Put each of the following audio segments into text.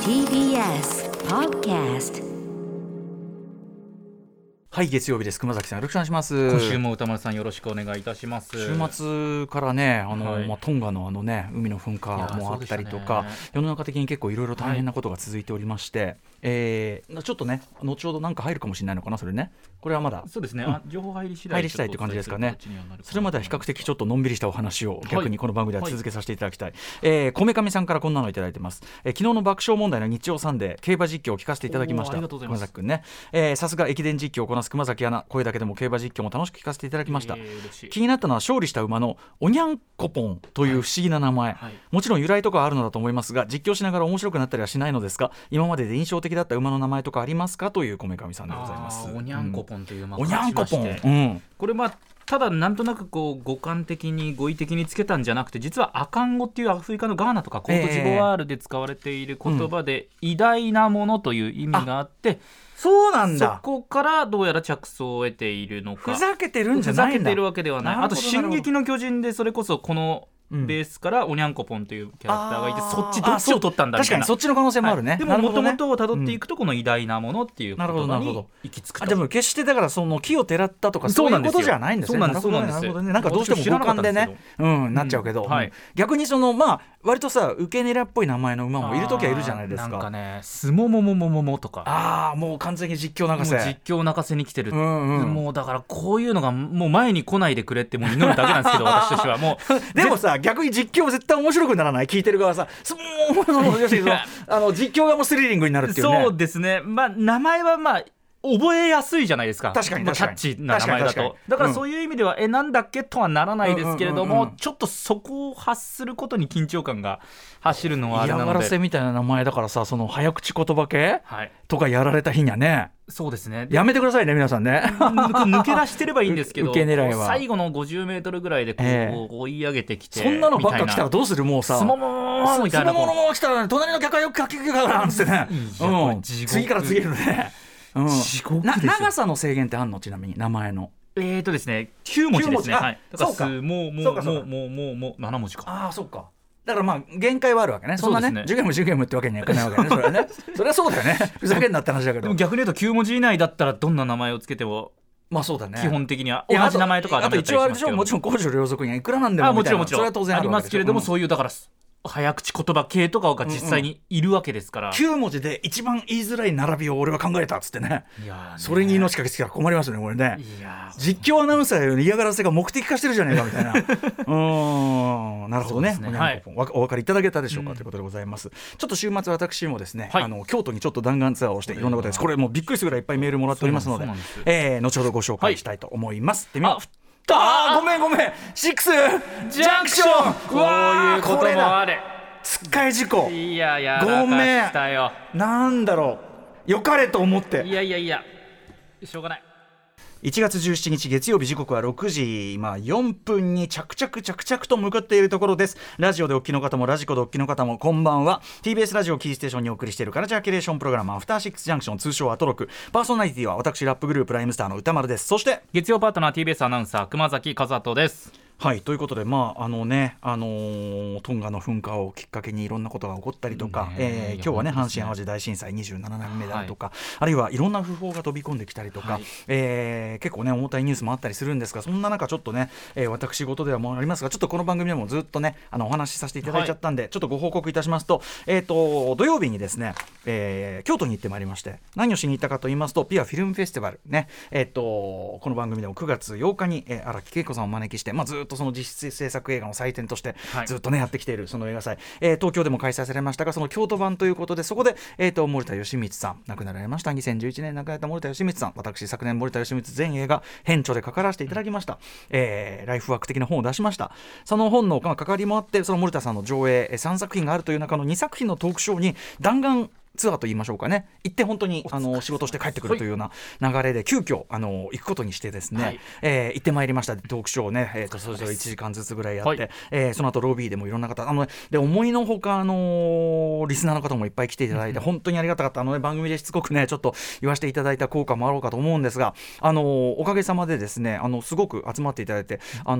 TBS Podcast。 はい、月曜日です。熊崎さんよろしくお願いします。 今週も歌丸さんよろしくお願いいたします。 週末からね、 はい、 トンガの海の噴火もあったりとか、世の中的に結構いろいろ大変なことが続いておりまして、ちょっとね後ほどなんか入るかもしれないのかな、それね。これはまだそうですね、情報入り次第って感じですかね。それまでは比較的ちょっとのんびりしたお話を逆にこの番組では続けさせていただきたい。こめかみさんからこんなのいただいてます。昨日の爆笑問題の日曜サンデー競馬実況を聞かせていただきました。熊崎くんね、さすが駅伝実況をこなす熊崎アナ、声だけでも競馬実況も楽しく聞かせていただきました。気になったのは勝利した馬のおにゃんこぽんという不思議な名前、もちろん由来とかはあるのだと思いますが、実況しながら面白くなったりはしないのですが、今までで印象的だった馬の名前とかありますかというこめかみさんでございます。 おにゃんこぽんという馬おにゃんこぽん、 これただなんとなく五感的に語彙的につけたんじゃなくて、実はアカン語っていうアフリカのガーナとかコートジボワールで使われている言葉で、偉大なものという意味があって、 そうなんだ。 そこからどうやら着想を得ているのか。 ふざけてるんじゃないんだ。 ふざけてるわけではない。あと進撃の巨人でそれこそこのベースからおにゃんこぽんというキャラクターがいて、そっちどっちを取ったんだみたいな。 確かにそっちの可能性もあるね。 でも元々をたどっていくと、この偉大なものっていう言葉に行き着くと。 でも決してだからその木をてらったとかそういうことじゃないんですね。 そうなんですよ。 なんかどうしても五感でね、なっちゃうけど、逆にその割とさ受け狙っぽい名前の馬もいるときはいるじゃないですか。 なんかね、すももももももとか、 もう完全に実況泣かせ、 実況泣かせに来てる。もうだからこういうのがもう前に来ないでくれってもう祈るだけなんですけど私としてはもうでもさ、逆に実況も絶対面白くならない？聞いてる側さ、実況がもうスリリングになるっていうね。 そうですね。名前は覚えやすいじゃないですか。 確かにキャッチーな名前だと。だからそういう意味では、なんだっけとはならないですけれども、ちょっとそこを発することに緊張感が走るのはあれなので、 嫌がらせみたいな名前だからさ、その早口言葉系、とかやられた日にはね、 そうですね、 やめてくださいね皆さんね。 抜け出してればいいんですけど、 受け狙いは最後の50メートルぐらいでこう追い上げてきて、 そんなのばっか来たらどうする？もうさ、 すもももみたいな、 すももも来たら隣の客がよくかけるからなんつってね、次から次へのね、長さの制限ってあんの？ちなみに名前のですね、9文字ですね。だからすももも7文字か。 ああ、そうか。だから限界はあるわけね。そんなね、10ゲームってわけにはいかないわけね。それはね、それはそうだよね。ふざけんなって話だけど。 でも逆に言うと9文字以内だったらどんな名前をつけても、 そうだね。 基本的には同じ名前とかはダメだったりしますけど。 あと一応あれでしょ、もちろん公序良俗にはいくらなんでもみたいな、 もちろんそれは当然ありますけれども、そういうだから早口言葉系とかが実際にいるわけですから、 9文字で一番言いづらい並びを俺は考えたっつってね。それに命かけつけたら困りますねこれね。実況アナウンサーより嫌がらせが目的化してるじゃねえかみたいな。なるほどね。お分かりいただけたでしょうか、ということでございます。ちょっと週末私もですね、京都にちょっと弾丸ツアーをしていろんなことです。これもうびっくりするぐらいいっぱいメールもらっておりますので、後ほどご紹介したいと思います。ごめん6ジャンクション、 こういうこともあれ、 つっかえ事故。 いややらかしたよ。 なんだろう、よかれと思って。 いやしょうがない。 1月17日月曜日、時刻は6時4分に着々と向かっているところです。ラジオでお聞きの方もラジコでお聞きの方もこんばんは。 TBS ラジオキーステーションにお送りしているカルチャーキュレーションプログラム、アフターシックスジャンクション、通称アトロク。パーソナリティは私ラップグループライムスターの歌丸です。そして月曜パートナー TBS アナウンサー熊崎和人です。 はい、ということでトンガの噴火をきっかけにいろんなことが起こったりとか、今日はね阪神・淡路大震災27年目であるとか、あるいはいろんな訃報が飛び込んできたりとか、結構ね重たいニュースもあったりするんですが、そんな中ちょっとね、私事ではもありますが、ちょっとこの番組でもずっとねお話しさせていただいちゃったんで、ちょっとご報告いたしますと、土曜日にですね、京都に行ってまいりまして、何をしに行ったかと言いますと、ピアフィルムフェスティバルね、この番組でも9月8日に荒木恵子さんをお招きして、ずっとその実質制作映画の祭典としてずっとねやってきているその映画祭、東京でも開催されましたが、その京都版ということで、そこで、森田義満さん亡くなられました。2011年亡くなった森田義満さん、私昨年森田義満全映画編著で書からせていただきました、ライフワーク的な本を出しました。その本の関わりもあって、その森田さんの上映3作品があるという中の2作品のトークショーに弾丸ツアーと言いましょうかね、行って本当に仕事して帰ってくるというような流れで急遽行くことにしてですね、行ってまいりました。トークショーをね、それぞれ1時間ずつぐらいやって、その後ロビーでもいろんな方で思いのほかリスナーの方もいっぱい来ていただいて、本当にありがたかった。番組でしつこくねちょっと言わせていただいた効果もあろうかと思うんですが、おかげさまでですねすごく集まっていただいて、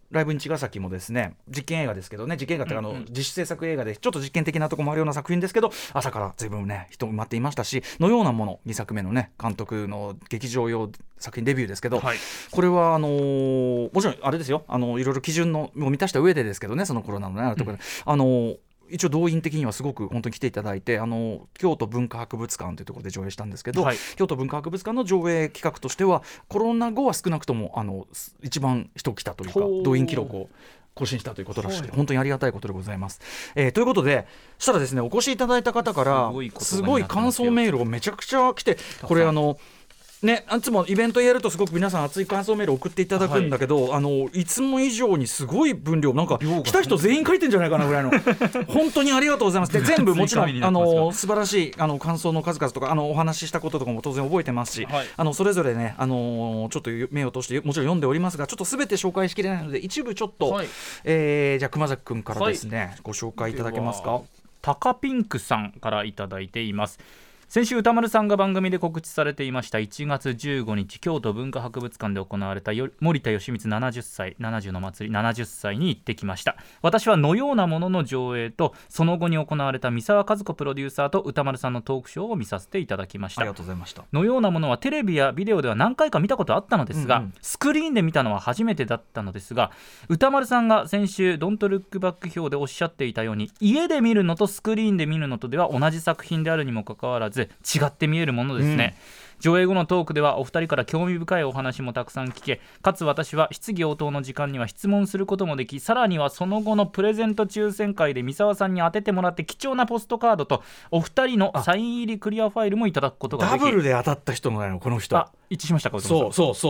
ライブイン茅ヶ崎もですね実験映画ですけどね、実験映画って自主制作映画でちょっと実験的なところもあるような作品ですけど、朝から随分ね人埋まっていましたし、のようなもの2作目のね監督の劇場用作品デビューですけど、はい、これはもちろんあれですよ、いろいろ基準を満たした上でですけどね、そのコロナのねあるところで、一応動員的にはすごく本当に来ていただいて、京都文化博物館というところで上映したんですけど、はい、京都文化博物館の上映企画としてはコロナ後は少なくとも一番人来たというか動員記録を更新したということらしくて、本当にありがたいことでございます。ということでしたらですね、お越しいただいた方からすごい感想メールをめちゃくちゃ来て、これね、いつもイベントやるとすごく皆さん熱い感想メール送っていただくんだけど、はい、いつも以上にすごい分量、なんか来た人全員書いてんじゃないかなぐらいの本当にありがとうございます。で全部もちろん素晴らしい感想の数々とかお話ししたこととかも当然覚えてますし、はい、それぞれね、ちょっと目を通してもちろん読んでおりますが、ちょっと全て紹介しきれないので一部ちょっと、はい、じゃあ熊崎くんからですね、はい、ご紹介いただけますか。 タカピンクさんからいただいています。先週歌丸さんが番組で告知されていました1月15日京都文化博物館で行われた森田義満70歳70の祭り70歳に行ってきました。私はのようなものの上映とその後に行われた三沢和子プロデューサーと歌丸さんのトークショーを見させていただきました。 ありがとうございました。 のようなものはテレビやビデオでは何回か見たことあったのですが、スクリーンで見たのは初めてだったのですが、歌丸さんが先週ドントルックバック表でおっしゃっていたように、家で見るのとスクリーンで見るのとでは同じ作品であるにもかかわらず違って見えるものですね。上映後のトークではお二人から興味深いお話もたくさん聞け、かつ私は質疑応答の時間には質問することもでき、さらにはその後のプレゼント抽選会で三沢さんに当ててもらって貴重なポストカードとお二人のサイン入りクリアファイルもいただくことができ、 ダブルで当たった人のこの人一致しましたか。 そう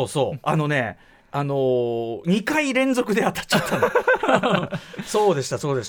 2回連続で当たっちゃったのそうでした、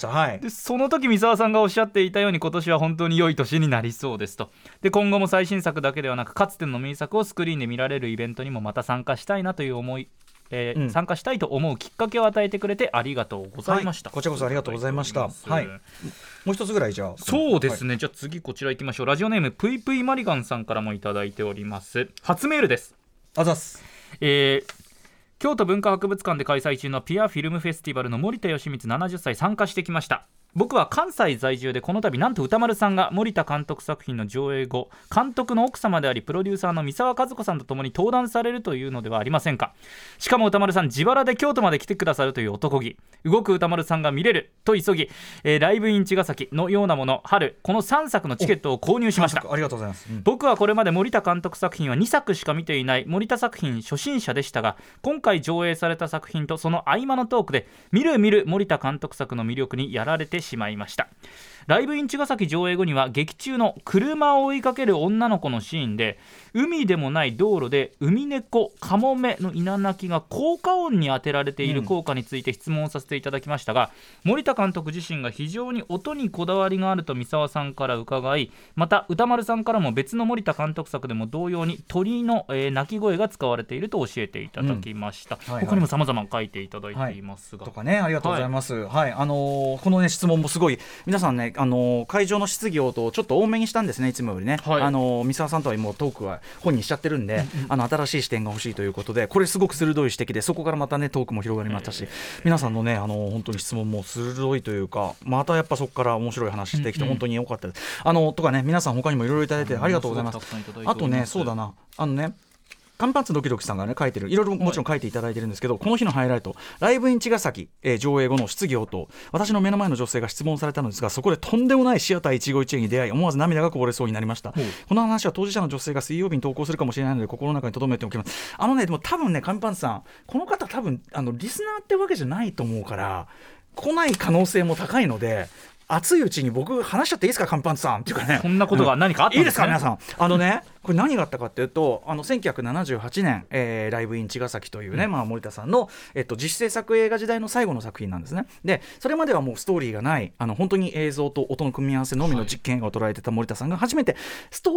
はい。 でその時三沢さんがおっしゃっていたように、今年は本当に良い年になりそうですと。で今後も最新作だけではなくかつての名作をスクリーンで見られるイベントにもまた参加したいなという思い、参加したいと思うきっかけを与えてくれてありがとうございました、 はい、こちらこそありがとうございました。はい、もう一つぐらいじゃあ。 そうですね、 はい、 じゃあ次こちら行きましょう。ラジオネームぷいぷいマリガンさんからもいただいております。初メールです。 あざっす。 京都文化博物館で開催中のピアフィルムフェスティバルの森田義満70歳参加してきました。僕は関西在住で、この度なんと歌丸さんが森田監督作品の上映後、監督の奥様でありプロデューサーの三沢和子さんと共に登壇されるというのではありませんか。しかも歌丸さん自腹で京都まで来てくださるという男気、動く歌丸さんが見れると急ぎ、ライブイン茅ヶ崎のようなもの、春、この3作のチケットを購入しました。 ありがとうございます、 僕はこれまで森田監督作品は2作しか見ていない森田作品初心者でしたが、今回上映された作品とその合間のトークでみるみる森田監督作の魅力にやられてしまいました。ライブイン茅ヶ崎上映後には劇中の車を追いかける女の子のシーンで、海でもない道路でウミネコカモメの稲鳴きが効果音に当てられている効果について質問をさせていただきましたが、森田監督自身が非常に音にこだわりがあると三沢さんから伺い、また歌丸さんからも別の森田監督作でも同様に鳥の、鳴き声が使われていると教えていただきました、はいはい、他にも様々書いていただいていますが、 とかね、ありがとうございます、はい、この、ね、質問もすごい皆さんね、会場の質疑応答をちょっと多めにしたんですね、いつもよりね、はい、三沢さんとはもうトークは本にしちゃってるんで、新しい視点が欲しいということで、これすごく鋭い指摘で、そこからまたねトークも広がりましたし、皆さんのね本当に質問も鋭いというか、またやっぱそこから面白い話してきて本当に良かったです、とかね、皆さん他にもいろいろいただいてありがとうございます。あとね、そうだな、カンパンツドキドキさんがね書いてる、いろいろもちろん書いていただいてるんですけど、この日のハイライト、ライブイン茅ヶ崎、上映後の質疑応答、私の目の前の女性が質問されたのですが、そこでとんでもないシアター一期一会に出会い、思わず涙がこぼれそうになりました。この話は当事者の女性が水曜日に投稿するかもしれないので心の中に留めておきます。でも多分ね、カンパンツさん、この方多分リスナーってわけじゃないと思うから来ない可能性も高いので、熱いうちに僕話しちゃっていいですか、カンパンツさんっていうかね、 こんなことが何かあったんですね、 いいですか皆さん。これ何があったかっていうと、1978年、ライブイン茅ヶ崎というね、森田さんの、自主制作映画時代の最後の作品なんですね。でそれまではもうストーリーがない、本当に映像と音の組み合わせのみの実験映画を捉えてた森田さんが初めてストーリー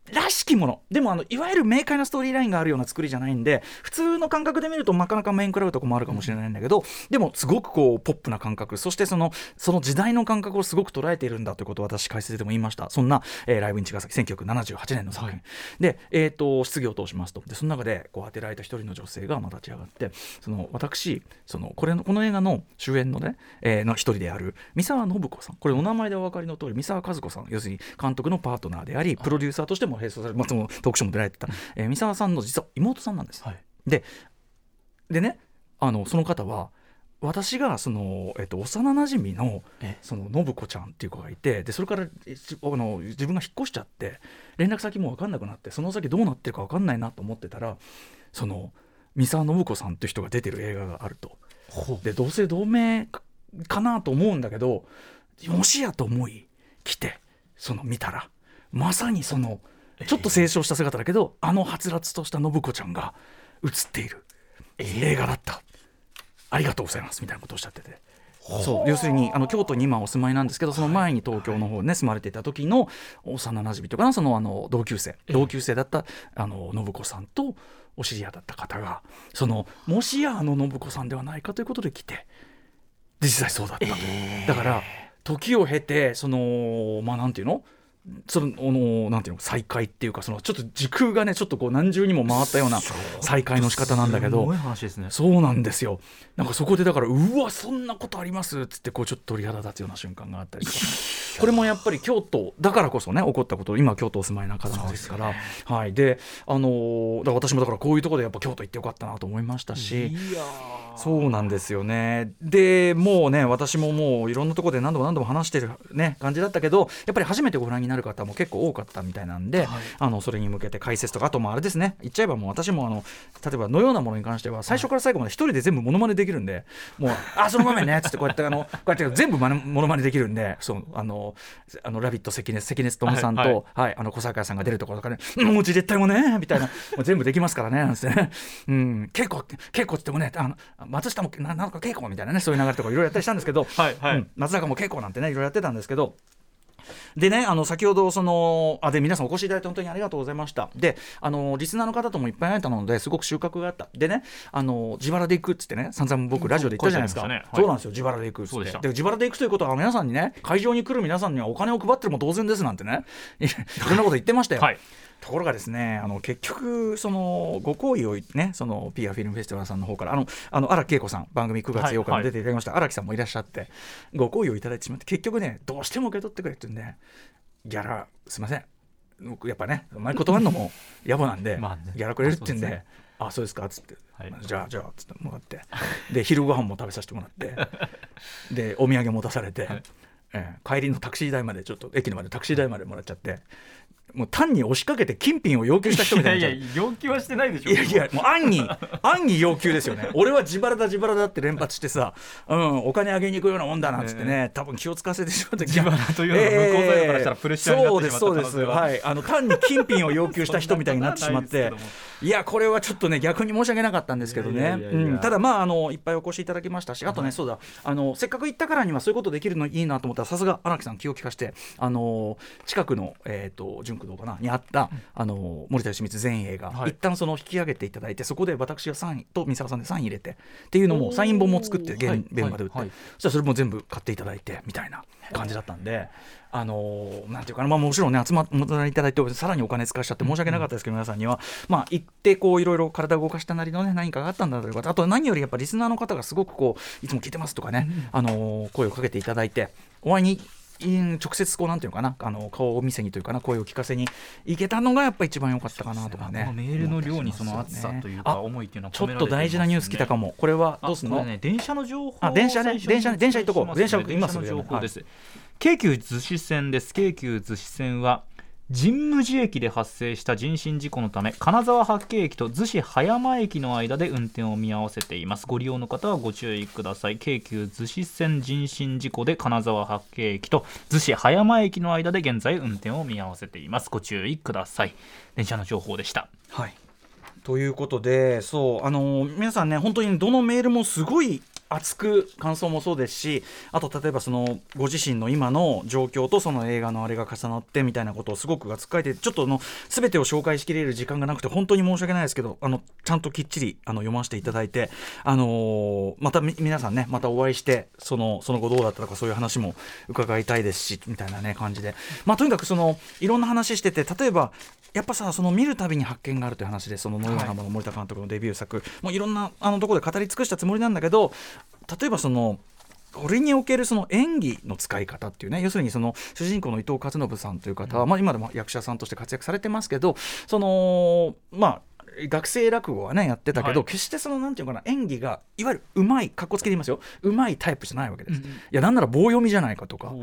らしきものでもいわゆる明快なストーリーラインがあるような作りじゃないんで、普通の感覚で見るとなかなか面食らうとこもあるかもしれないんだけど、でもすごくこうポップな感覚、そしてその時代の感覚をすごく捉えているんだということを私解説でも言いました。そんな、ライブイン茅ヶ崎1978年の作品、で、質疑を通しますと。でその中でこう当てられた一人の女性が立ち上がって、私この映画の主演のね、の一人である三沢信子さん、これお名前でお分かりの通り三沢和子さん、要するに監督のパートナーでありプロデューサーとしても並走される、そのトークショーも出られてた、三沢さんの実は妹さんなんです、でね、その方は私が幼なじみの信子ちゃんっていう子がいて、でそれから自分が引っ越しちゃって連絡先も分かんなくなって、その先どうなってるか分かんないなと思ってたら、三沢信子さんっていう人が出てる映画があると。で同姓同名かなと思うんだけど、もしやと思い来て見たらまさにちょっと清少した姿だけどはつらつとした信子ちゃんが映っている映画だった、ありがとうございますみたいなことをおっしゃってて、そう要するに京都に今お住まいなんですけど、その前に東京の方に、ね、住まれていた時の幼なじみとかな、同級生だった信子さんとお知り合いだった方がもしや信子さんではないかということで来て、で実際そうだったと、だから時を経てなんていうのなんていうの再会っていうか、ちょっと時空がねちょっとこう何重にも回ったような再会の仕方なんだけど、 すごい話ですね。 そうなんですよ。なんかそこでだからうわそんなことありますっつってこうちょっと鳥肌立つような瞬間があったりとかこれもやっぱり京都だからこそね起こったこと、今京都お住まいな方なんですから、はい、でだから私もだからこういうところでやっぱ京都行ってよかったなと思いましたし、そうなんですよね。でもうね私ももういろんなところで何度も話してる、ね、感じだったけど、やっぱり初めてご覧になる方も結構多かったみたいなんで、それに向けて解説とか、あともあれですね、言っちゃえばもう私も例えばのようなものに関しては最初から最後まで一人で全部モノマネできるんで、もうその場面ねっつってこうやって全部モノマネできるんで、ラビット関根勤さんと、小坂さんが出るところとかね、もう絶対もねみたいなもう全部できますからねなんてね、稽古って言ってもね松下もなんか稽古みたいなね、そういう流れとかいろいろやったりしたんですけど、松坂も稽古なんてねいろいろやってたんですけど、でね先ほどで皆さんお越しいただいて本当にありがとうございました。でリスナーの方ともいっぱい会えたのですごく収穫があった。でね自腹で行くっつってね散々僕ラジオで言ったじゃないですか、そうなんですよ、自腹で行くっつって。で自腹で行くということは皆さんにね、会場に来る皆さんにはお金を配ってるも当然ですなんてねいろんなこと言ってましたよ、ところがですね結局ご好意をねピアフィルムフェスティバルさんの方から荒木恵子さん、番組9月8日に出ていただきました荒木さんもいらっしゃって、ご好意をいただいてしまって、結局ねどうしても受け取ってくれって言うんで、ギャラすいませんやっぱねあんまり断るのも野暮なんでギャラくれるって言うんで、そうですかっつって、じゃあっつってもらって、で昼ご飯も食べさせてもらってでお土産持たされて、帰りのタクシー代までちょっと駅のまでタクシー代までもらっちゃって、もう単に押しかけて金品を要求した人みたいな。 いや要求はしてないでしょ。 いやもう暗に要求ですよね。俺は自腹だって連発してさ、お金あげに行くようなもんだなっつってね、多分気を使わせてしまって、 自腹というのは向こうサイドからしたらプレッシャーになってしまった可能性は、 そうです、単に金品を要求した人みたいになってしまっていやこれはちょっとね逆に申し訳なかったんですけどね。ただいっぱいお越しいただきましたし、あとね、そうだせっかく行ったからにはそういうことできるのいいなと思ったら、さすが荒木さん気を利かして近くの純駆動かなにあった森田義満前衛が、一旦引き上げていただいて、そこで私がサインと三沢さんでサイン入れてっていうのもサイン本も作って現場で売って、そしたらそれも全部買っていただいてみたいな感じだったんで、なんていうかな、もちろんね集まっていただいてさらにお金使わしちゃって申し訳なかったですけど、皆さんには行っていろいろ体を動かしたなりのね何かがあったんだというか、あと何よりやっぱリスナーの方がすごくいつも聞いてますとかね、声をかけていただいて、お会いに直接なんていうのかな顔を見せにというかな、声を聞かせに行けたのがやっぱ一番良かったかなとかね。 メールの量にその熱さというか思いっていうのはちょっと大事なニュース来たかも。これはどうするの？ 電車の情報。 電車行っとこう。電車今すぐ情報です。京急逗子線です。京急逗子線は神武寺駅で発生した人身事故のため、金沢八景駅と逗子葉山駅の間で運転を見合わせています。ご利用の方はご注意ください。京急逗子線人身事故で金沢八景駅と逗子葉山駅の間で現在運転を見合わせています。ご注意ください。電車の情報でした。 はい、ということで、皆さんね本当にどのメールもすごい熱く感想もそうですし、あと例えばそのご自身の今の状況とその映画のあれが重なってみたいなことをすごくがつっかえて、ちょっと全てを紹介しきれる時間がなくて本当に申し訳ないですけど、ちゃんときっちり読ませていただいて、また皆さんねまたお会いしてその後どうだったのかそういう話も伺いたいですしみたいなね感じで、とにかくいろんな話してて、例えばやっぱさ見るたびに発見があるという話で、その野々山の森田監督のデビュー作、もういろんなところで語り尽くしたつもりなんだけど、例えばこれにおけるその演技の使い方っていうね、要するにその主人公の伊藤勝信さんという方は、今でも役者さんとして活躍されてますけど、学生落語はねやってたけど、決してなんていうかな、演技がいわゆるうまい、かっこつけで言いますよ、うまいタイプじゃないわけです、いやなんなら棒読みじゃないかとか、い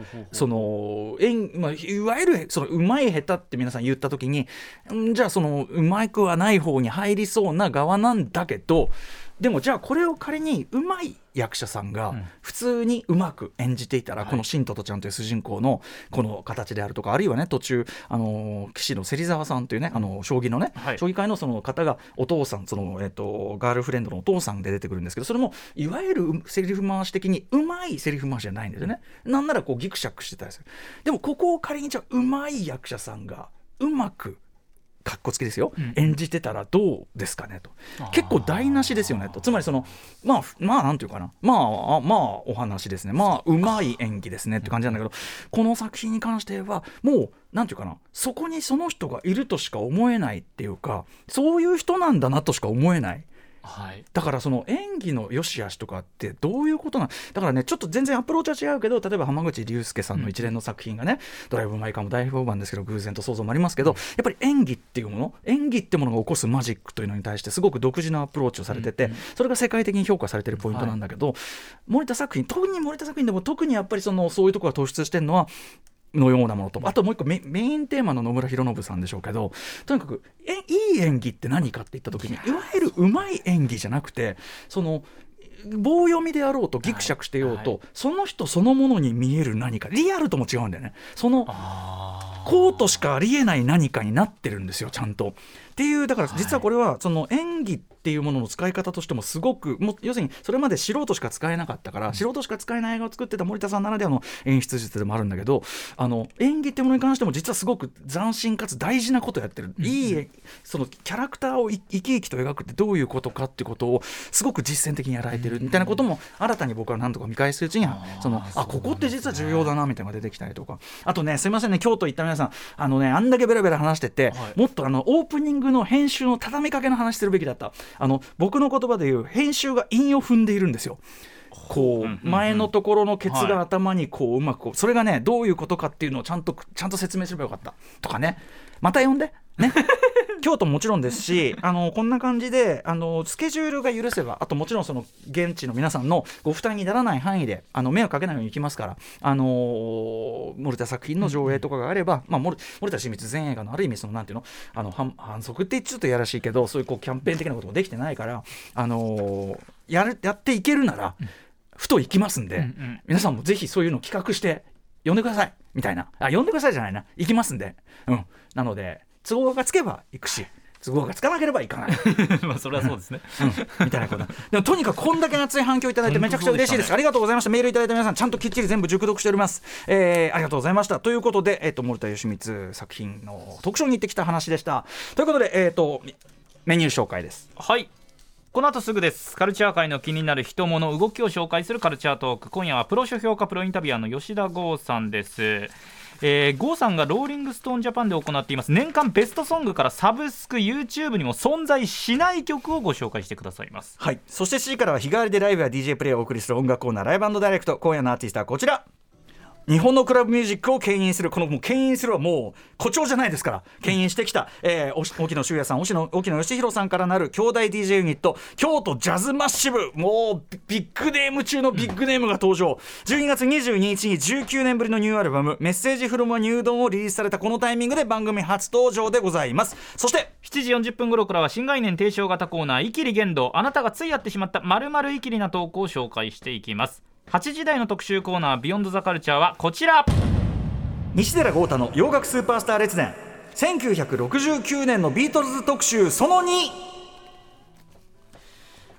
わゆるうまい下手って皆さん言った時に、じゃあうまくはない方に入りそうな側なんだけど、でもじゃあこれを仮にうまい役者さんが普通にうまく演じていたら、この新トトちゃんという主人公のこの形であるとか、あるいはね途中棋士の芹沢さんというね将棋のね、将棋界のその方がお父さん、ガールフレンドのお父さんで出てくるんですけど、それもいわゆるセリフ回し的にうまいセリフ回しじゃないんですよね。なんならギクシャクしてたりする。でもここを仮にじゃあうまい役者さんがうまくかっこつけですよ、演じてたらどうですかねと、結構台無しですよねと。つまりなんていうかな、お話ですね、うまい演技ですねって感じなんだけど、この作品に関してはもうなんていうかな、そこにその人がいるとしか思えないっていうか、そういう人なんだなとしか思えない。だから演技の良し悪しとかってどういうことなんだからね、ちょっと全然アプローチは違うけど、例えば浜口竜介さんの一連の作品がね、ドライブ・マイ・カーも大評判ですけど、偶然と想像もありますけど、やっぱり演技っていうものが起こすマジックというのに対してすごく独自のアプローチをされてて、それが世界的に評価されてるポイントなんだけど、森田作品、特に森田作品でも特にやっぱりそういうところが突出してるのはのようなものと、あともう一個メインテーマの野村弘信さんでしょうけど、とにかくいい演技って何かって言った時に、いわゆるうまい演技じゃなくて、棒読みであろうとギクシャクしてようと、その人そのものに見える何か、リアルとも違うんだよね。こうとしかありえない何かになってるんですよ、ちゃんと。っていう、だから実はこれは演技っていうものの使い方としてもすごく、要するにそれまで素人しか使えなかったから、素人しか使えない映画を作ってた森田さんならではの演出術でもあるんだけど、演技っていうものに関しても実はすごく斬新かつ大事なことをやってる。いいキャラクターを生き生きと描くってどういうことかってことをすごく実践的にやられてるみたいなことも、新たに僕は何とか見返すうちにここって実は重要だなみたいなのが出てきたりとか、あとね、すいませんね、京都行った皆さん、あんだけベラベラ話してて、もっとオープニングの編集の畳みかけの話するべきだった。僕の言葉で言う編集が韻を踏んでいるんですよ。前のところのケツが頭にうまくそれがねどういうことかっていうのをちゃんと説明すればよかったとかね、また呼んでね京都ももちろんですし、こんな感じでスケジュールが許せば、あともちろん現地の皆さんのご負担にならない範囲で迷惑かけないようにいきますから、森田作品の上映とかがあれば、森田清水全映画のある意味なんていうの反則ってちょっとやらしいけど、そういうキャンペーン的なこともできてないから、やっていけるならふと行きますんで、皆さんもぜひそういうのを企画して呼んでくださいみたいな、呼んでくださいじゃないな、行きますんで、なので都合がつけば行くし、都合がつかなければ行かないそれはそうですね、 みたいなことでもとにかくこんだけ熱い反響いただいてめちゃくちゃ嬉しいです、ありがとうございました。メールいただいた皆さんちゃんときっちり全部熟読しております、ありがとうございました。ということで、森田義満作品の特賞に行ってきた話でした。ということで、メニュー紹介です。 はい、この後すぐです。カルチャー界の気になる人物動きを紹介するカルチャートーク。今夜はプロ書評家プロインタビュアーの吉田剛さんです。郷さんがローリングストーンジャパンで行っています年間ベストソングからサブスク YouTube にも存在しない曲をご紹介してくださいます。 はい、そして7時からは日替わりでライブや DJ プレイをお送りする音楽コーナーライブ&ダイレクト。今夜のアーティストはこちら、日本のクラブミュージックを牽引する、このもう牽引するはもう誇張じゃないですから、牽引してきた、沖野修也さん、沖野義弘さんからなる兄弟 DJ ユニット京都ジャズマッシブ、もうビッグネーム中のビッグネームが登場。12月22日に19年ぶりのニューアルバムメッセージフロムニュードンをリリースされたこのタイミングで番組初登場でございます。そして 7時40分頃からは新概念提唱型コーナーイキリ言動、あなたがついやってしまった〇〇イキリな投稿を紹介していきます。8時台の特集コーナービヨンドザカルチャーはこちら、 西寺豪太の洋楽スーパースター列伝1969年のビートルズ特集その2。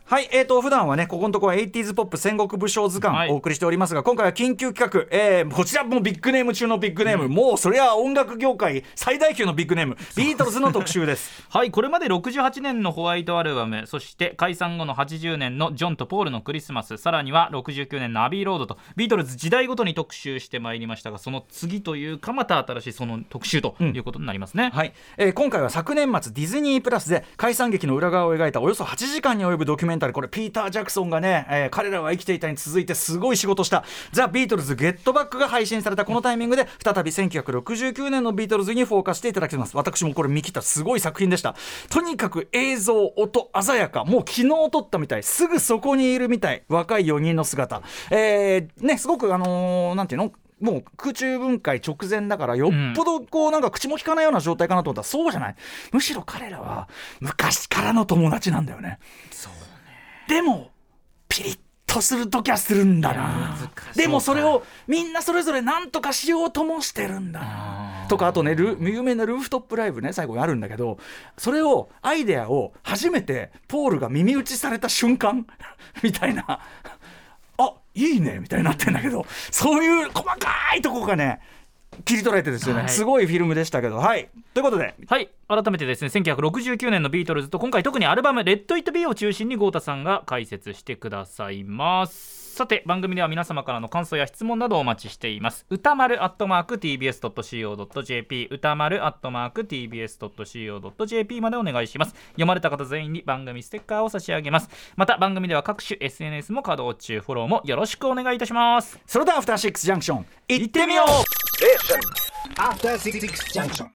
はい、普段はねここのところは 80s ポップ戦国武将図鑑をお送りしておりますが、今回は緊急企画、こちらもビッグネーム中のビッグネーム、もうそれは音楽業界最大級のビッグネーム、ビートルズの特集ですはい、これまで68年のホワイトアルバム、そして解散後の80年のジョンとポールのクリスマス、さらには69年のアビーロードとビートルズ時代ごとに特集してまいりましたが、その次というかまた新しいその特集ということになりますね。 はい、今回は昨年末ディズニープラスで解散劇の裏側を描いたおよそ8時間に及ぶドキュメンタリー、これピーター・ジャクソンがね、彼らは生きていたに続いてすごい仕事したザ・ビートルズ・ゲットバックが配信されたこのタイミングで再び1969年のビートルズにフォーカスしていただきます。私もこれ見切ったすごい作品でした。とにかく映像音鮮やか、もう昨日撮ったみたい、すぐそこにいるみたい、若い4人の姿、ね、すごくなんていうの、もう空中分解直前だからよっぽどこうなんか口も利かないような状態かなと思ったら、そうじゃない、むしろ彼らは昔からの友達なんだよね。 そうだね。 でもピリッとするときはするんだな。でもそれをみんなそれぞれ何とかしようともしてるんだなとか、あとね有名なルーフトップライブね最後にあるんだけど、それをアイデアを初めてポールが耳打ちされた瞬間みたいな、あいいねみたいになってんだけど、そういう細かいとこがね切り取られてですよね、はい、すごいフィルムでしたけど、はいということで、 はい、改めてですね1969年のビートルズと今回特にアルバムレッド・イット・ビーを中心に豪太さんが解説してくださいます。さて番組では皆様からの感想や質問などをお待ちしています。歌丸@tbs.co.jp 歌丸@tbs.co.jp までお願いします。読まれた方全員に番組ステッカーを差し上げます。また番組では各種 SNS も稼働中、フォローもよろしくお願いいたします。 それではアフターシックスジャンクション行ってみよう。 After 66 junction.